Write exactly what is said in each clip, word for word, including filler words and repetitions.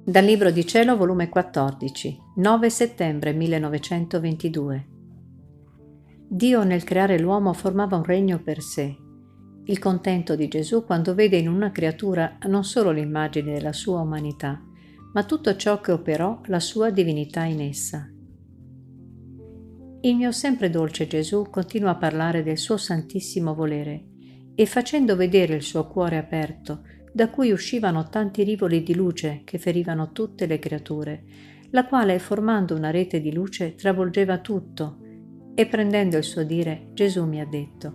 Dal Libro di Cielo, volume quattordici, nove settembre millenovecentoventidue. Dio nel creare l'uomo formava un regno per sé. Il contento di Gesù quando vede in una creatura non solo l'immagine della sua umanità, ma tutto ciò che operò la sua divinità in essa. Il mio sempre dolce Gesù continua a parlare del suo santissimo volere e facendo vedere il suo cuore aperto, da cui uscivano tanti rivoli di luce che ferivano tutte le creature, la quale, formando una rete di luce, travolgeva tutto, e prendendo il suo dire, Gesù mi ha detto: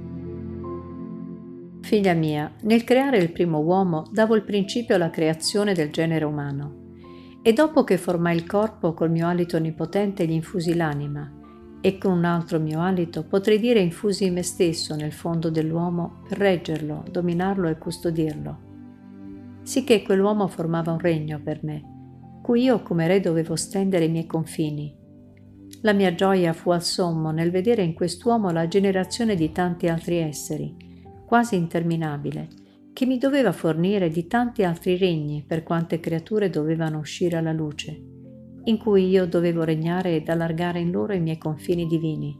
Figlia mia, nel creare il primo uomo davo il principio alla creazione del genere umano, e dopo che formai il corpo col mio alito onnipotente gli infusi l'anima, e con un altro mio alito potrei dire infusi me stesso nel fondo dell'uomo per reggerlo, dominarlo e custodirlo. Sicché quell'uomo formava un regno per me, cui io come re dovevo stendere i miei confini. La mia gioia fu al sommo nel vedere in quest'uomo la generazione di tanti altri esseri, quasi interminabile, che mi doveva fornire di tanti altri regni per quante creature dovevano uscire alla luce, in cui io dovevo regnare ed allargare in loro i miei confini divini.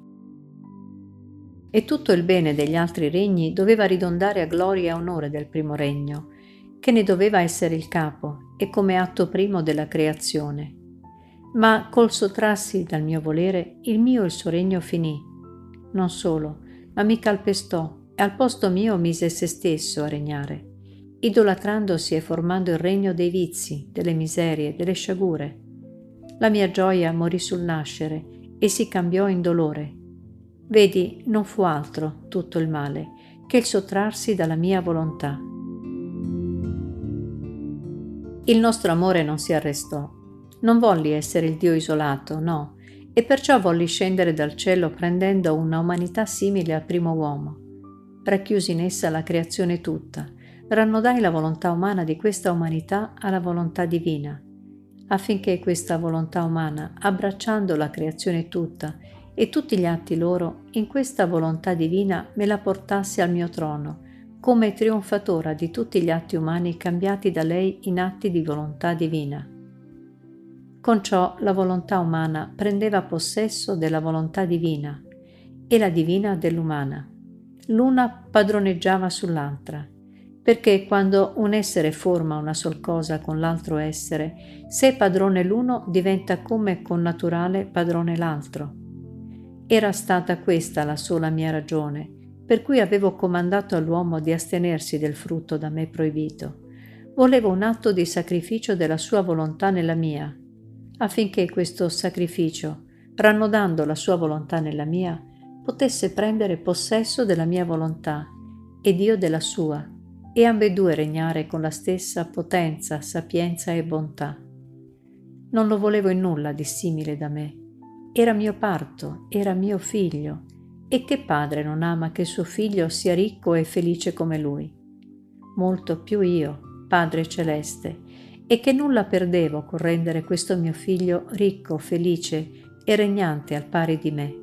E tutto il bene degli altri regni doveva ridondare a gloria e onore del primo regno, che ne doveva essere il capo e come atto primo della creazione. Ma col sottrarsi dal mio volere, il mio e il suo regno finì. Non solo, ma mi calpestò e al posto mio mise se stesso a regnare, idolatrandosi e formando il regno dei vizi, delle miserie, delle sciagure. La mia gioia morì sul nascere e si cambiò in dolore. Vedi, non fu altro tutto il male che il sottrarsi dalla mia volontà. Il nostro amore non si arrestò. Non volli essere il Dio isolato, no, e perciò volli scendere dal cielo prendendo una umanità simile al primo uomo. Racchiusi in essa la creazione tutta, rannodai la volontà umana di questa umanità alla volontà divina, affinché questa volontà umana, abbracciando la creazione tutta e tutti gli atti loro, in questa volontà divina me la portasse al mio trono, come trionfatora di tutti gli atti umani cambiati da lei in atti di volontà divina. Con ciò la volontà umana prendeva possesso della volontà divina e la divina dell'umana. L'una padroneggiava sull'altra, perché quando un essere forma una sol cosa con l'altro essere, se è padrone l'uno diventa come con naturale padrone l'altro. Era stata questa la sola mia ragione, per cui avevo comandato all'uomo di astenersi del frutto da me proibito. Volevo un atto di sacrificio della sua volontà nella mia, affinché questo sacrificio, rannodando la sua volontà nella mia, potesse prendere possesso della mia volontà ed io della sua, e ambedue regnare con la stessa potenza, sapienza e bontà. Non lo volevo in nulla di simile da me. Era mio parto, era mio figlio, e che padre non ama che suo figlio sia ricco e felice come lui? Molto più io, Padre Celeste, e che nulla perdevo col rendere questo mio figlio ricco, felice e regnante al pari di me.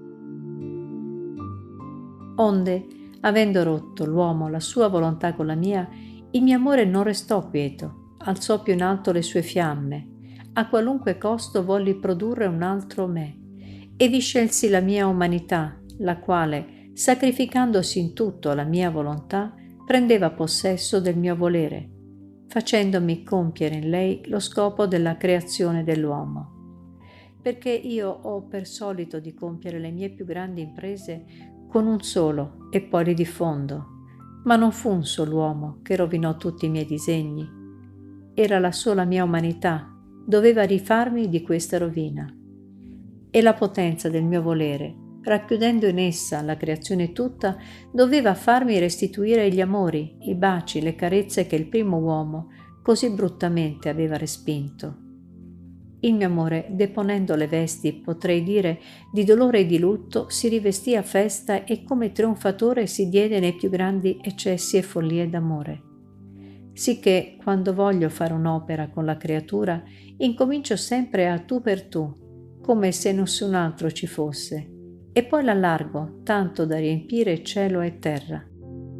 Onde, avendo rotto l'uomo la sua volontà con la mia, il mio amore non restò quieto, alzò più in alto le sue fiamme, a qualunque costo volli produrre un altro me, e vi scelsi la mia umanità, la quale, sacrificandosi in tutto alla mia volontà, prendeva possesso del mio volere, facendomi compiere in lei lo scopo della creazione dell'uomo. Perché io ho per solito di compiere le mie più grandi imprese con un solo e poi li diffondo, ma non fu un solo uomo che rovinò tutti i miei disegni. Era la sola mia umanità, doveva rifarmi di questa rovina. E la potenza del mio volere, racchiudendo in essa la creazione tutta, doveva farmi restituire gli amori, i baci, le carezze che il primo uomo così bruttamente aveva respinto. Il mio amore, deponendo le vesti, potrei dire, di dolore e di lutto, si rivestì a festa e come trionfatore si diede nei più grandi eccessi e follie d'amore. Sicché, quando voglio fare un'opera con la creatura, incomincio sempre a tu per tu, come se nessun altro ci fosse, e poi l'allargo, tanto da riempire cielo e terra.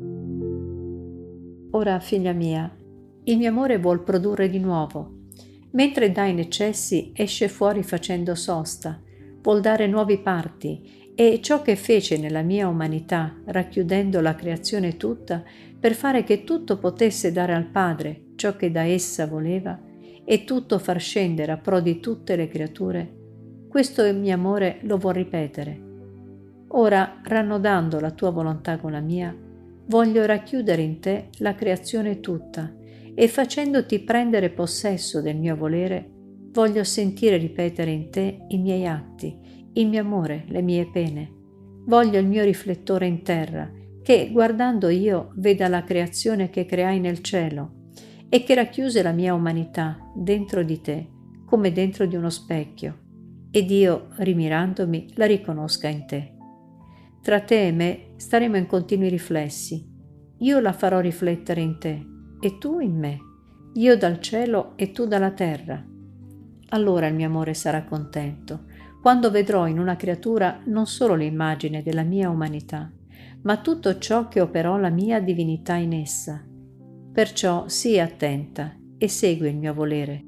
Ora, figlia mia, il mio amore vuol produrre di nuovo, Mentre dà in eccessi, esce fuori facendo sosta, vuol dare nuovi parti, e ciò che fece nella mia umanità, racchiudendo la creazione tutta, per fare che tutto potesse dare al Padre ciò che da essa voleva, e tutto far scendere a pro di tutte le creature, questo mio amore lo vuol ripetere. Ora, rannodando la tua volontà con la mia, voglio racchiudere in te la creazione tutta, e facendoti prendere possesso del mio volere, voglio sentire ripetere in te i miei atti, il mio amore, le mie pene. Voglio il mio riflettore in terra, che, guardando io, veda la creazione che creai nel cielo, e che racchiuse la mia umanità dentro di te, come dentro di uno specchio, ed io, rimirandomi, la riconosca in te. Tra te e me staremo in continui riflessi. Io la farò riflettere in te, e tu in me, io dal cielo e tu dalla terra. Allora il mio amore sarà contento, quando vedrò in una creatura non solo l'immagine della mia umanità, ma tutto ciò che operò la mia divinità in essa. Perciò sii attenta e segui il mio volere.